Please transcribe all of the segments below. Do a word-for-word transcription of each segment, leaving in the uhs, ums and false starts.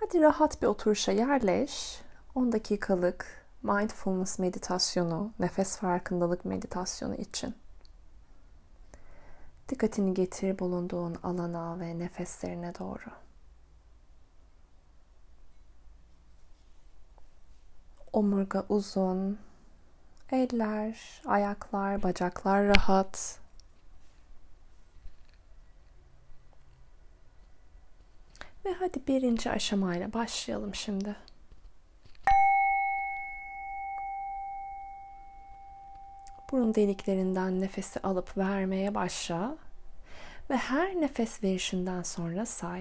Hadi rahat bir oturuşa yerleş. on dakikalık mindfulness meditasyonu, nefes farkındalık meditasyonu için. Dikkatini getir bulunduğun alana ve nefeslerine doğru. Omurga uzun, eller, ayaklar, bacaklar rahat. Ve hadi birinci aşamayla başlayalım şimdi. Burun deliklerinden nefesi alıp vermeye başla. Ve her nefes verişinden sonra say.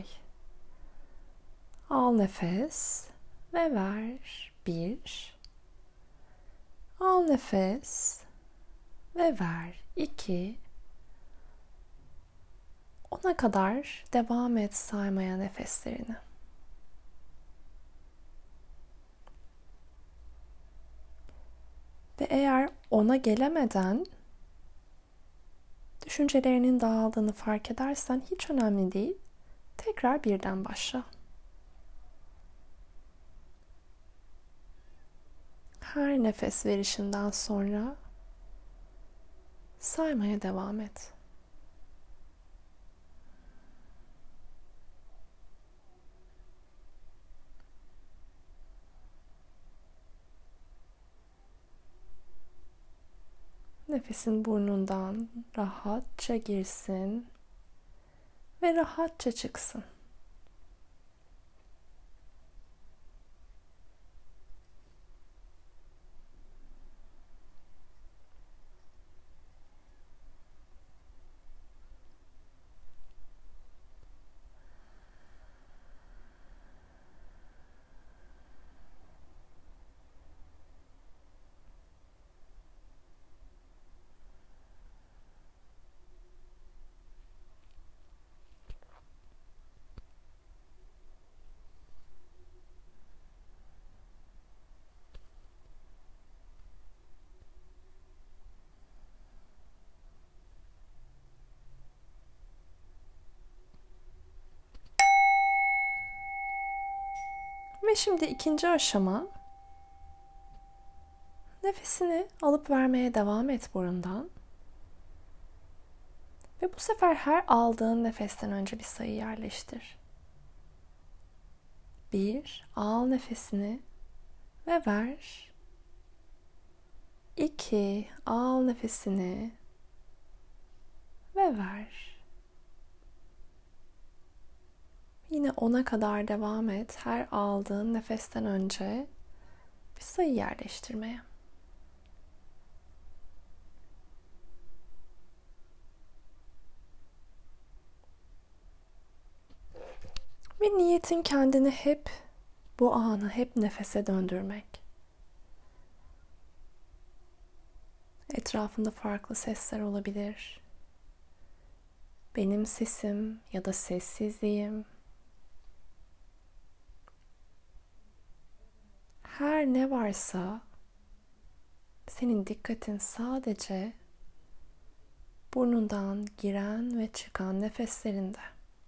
Al nefes ve ver. Bir. Al nefes ve ver. İki. Ona kadar devam et saymaya nefeslerini. Ve eğer ona gelemeden düşüncelerinin dağıldığını fark edersen hiç önemli değil. Tekrar birden başla. Her nefes verişinden sonra saymaya devam et. Nefesin burnundan rahatça girsin ve rahatça çıksın. Ve şimdi ikinci aşama. Nefesini alıp vermeye devam et burundan. Ve bu sefer her aldığın nefesten önce bir sayı yerleştir. Bir, al nefesini ve ver. İki, al nefesini ve ver. Yine ona kadar devam et. Her aldığın nefesten önce bir sayı yerleştirmeye. Ve niyetin kendini hep bu anı hep nefese döndürmek. Etrafında farklı sesler olabilir. Benim sesim ya da sessizliğim. Her ne varsa senin dikkatin sadece burnundan giren ve çıkan nefeslerinde.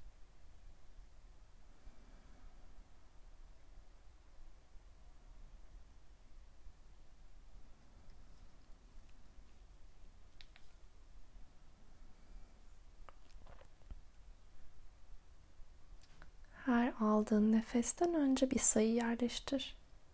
Her aldığın nefesten önce bir sayı yerleştir.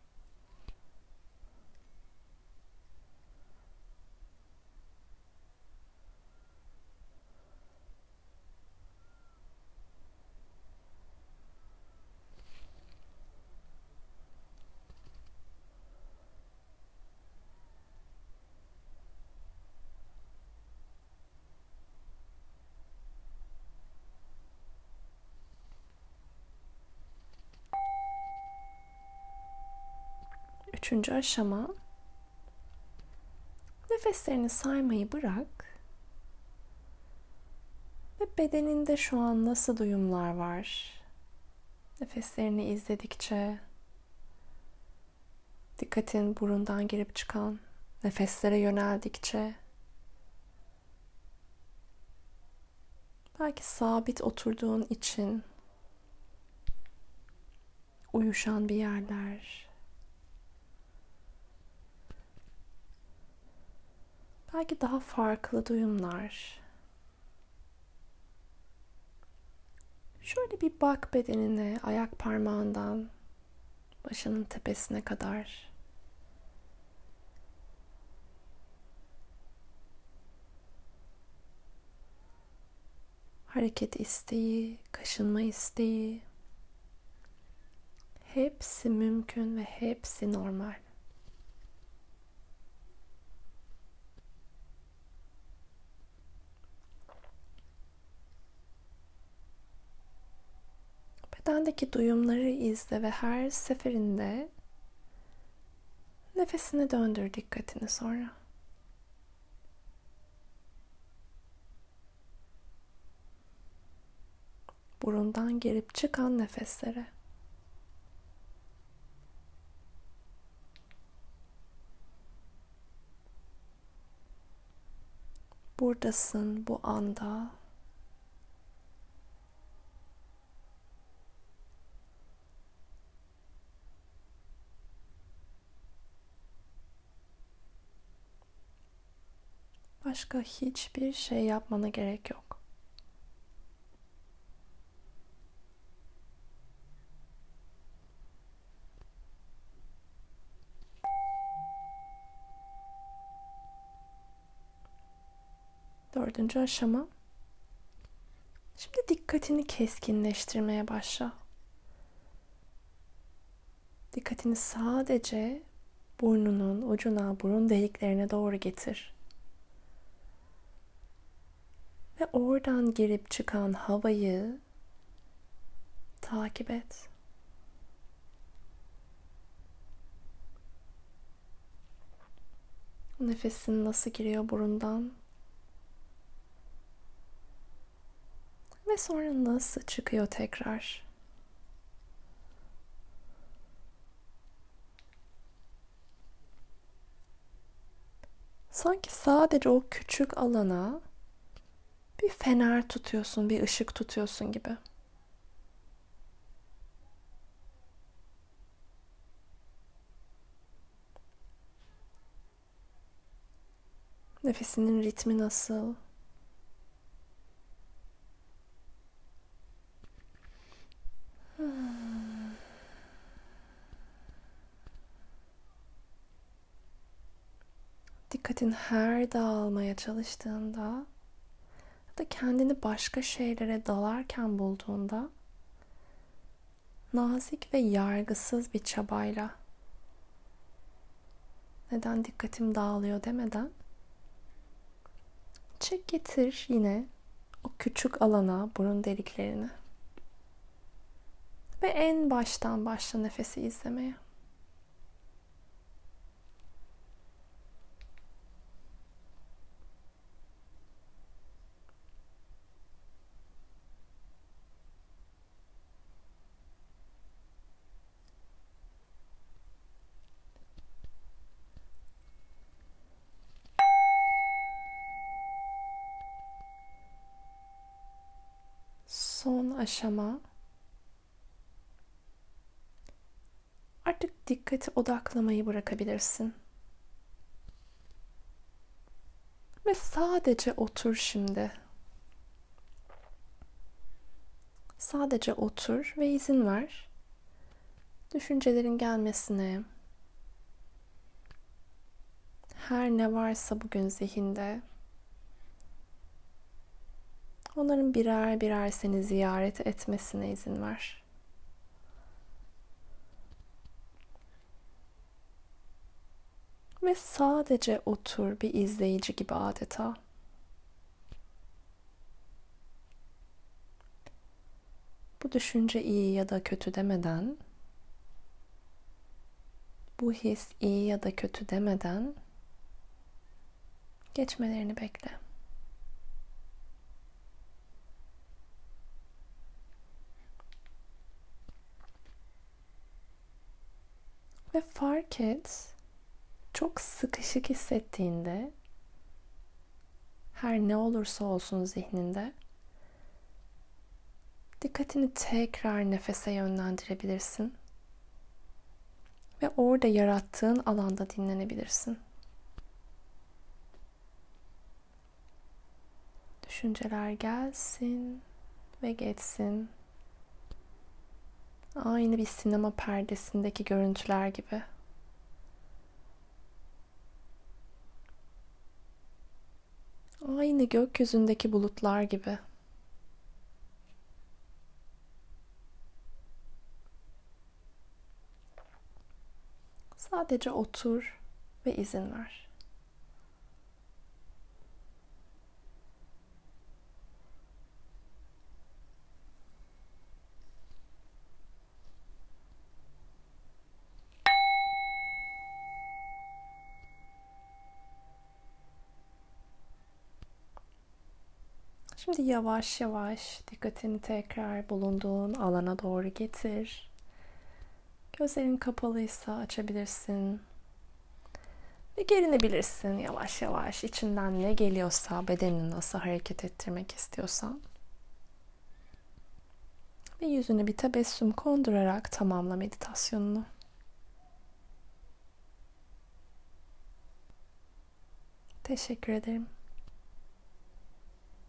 Üçüncü aşama, nefeslerini saymayı bırak ve bedeninde şu an nasıl duyumlar var? Nefeslerini izledikçe dikkatin burundan girip çıkan nefeslere yöneldikçe belki sabit oturduğun için uyuşan bir yerler. Belki daha farklı duyumlar. Şöyle bir bak bedenine, ayak parmağından başının tepesine kadar. Hareket isteği, kaşınma isteği. Hepsi mümkün ve hepsi normal. Bedendeki duyumları izle ve her seferinde nefesine döndür dikkatini sonra. Burundan girip çıkan nefeslere. Buradasın bu anda. Başka hiçbir şey yapmana gerek yok. Dördüncü aşama. Şimdi dikkatini keskinleştirmeye başla. Dikkatini sadece burnunun ucuna, burun deliklerine doğru getir. Ve oradan girip çıkan havayı takip et. Nefesin nasıl giriyor burundan? Ve sonra nasıl çıkıyor tekrar? Sanki sadece o küçük alana bir fener tutuyorsun, bir ışık tutuyorsun gibi. Nefesinin ritmi nasıl? Hmm. Dikkatin her dağılmaya çalıştığında ya da kendini başka şeylere dalarken bulduğunda nazik ve yargısız bir çabayla neden dikkatim dağılıyor demeden çek getir yine o küçük alana, burun deliklerini ve en baştan başla nefesi izlemeye. Son aşama. Artık dikkati odaklamayı bırakabilirsin. Ve sadece otur şimdi. Sadece otur ve izin ver. Düşüncelerin gelmesine. Her ne varsa bugün zihinde. Onların birer birer seni ziyaret etmesine izin ver. Ve sadece otur bir izleyici gibi adeta. Bu düşünce iyi ya da kötü demeden, bu his iyi ya da kötü demeden geçmelerini bekle. Ve fark et, çok sıkışık hissettiğinde, her ne olursa olsun zihninde, dikkatini tekrar nefese yönlendirebilirsin. ve orada yarattığın alanda dinlenebilirsin. Düşünceler gelsin ve geçsin. Aynı bir sinema perdesindeki görüntüler gibi. Aynı gökyüzündeki bulutlar gibi. Sadece otur ve izin ver. Şimdi yavaş yavaş dikkatini tekrar bulunduğun alana doğru getir. Gözlerin kapalıysa açabilirsin. Ve gerinebilirsin yavaş yavaş. İçinden ne geliyorsa, bedenini nasıl hareket ettirmek istiyorsan. Ve yüzüne bir tebessüm kondurarak tamamla meditasyonunu. Teşekkür ederim.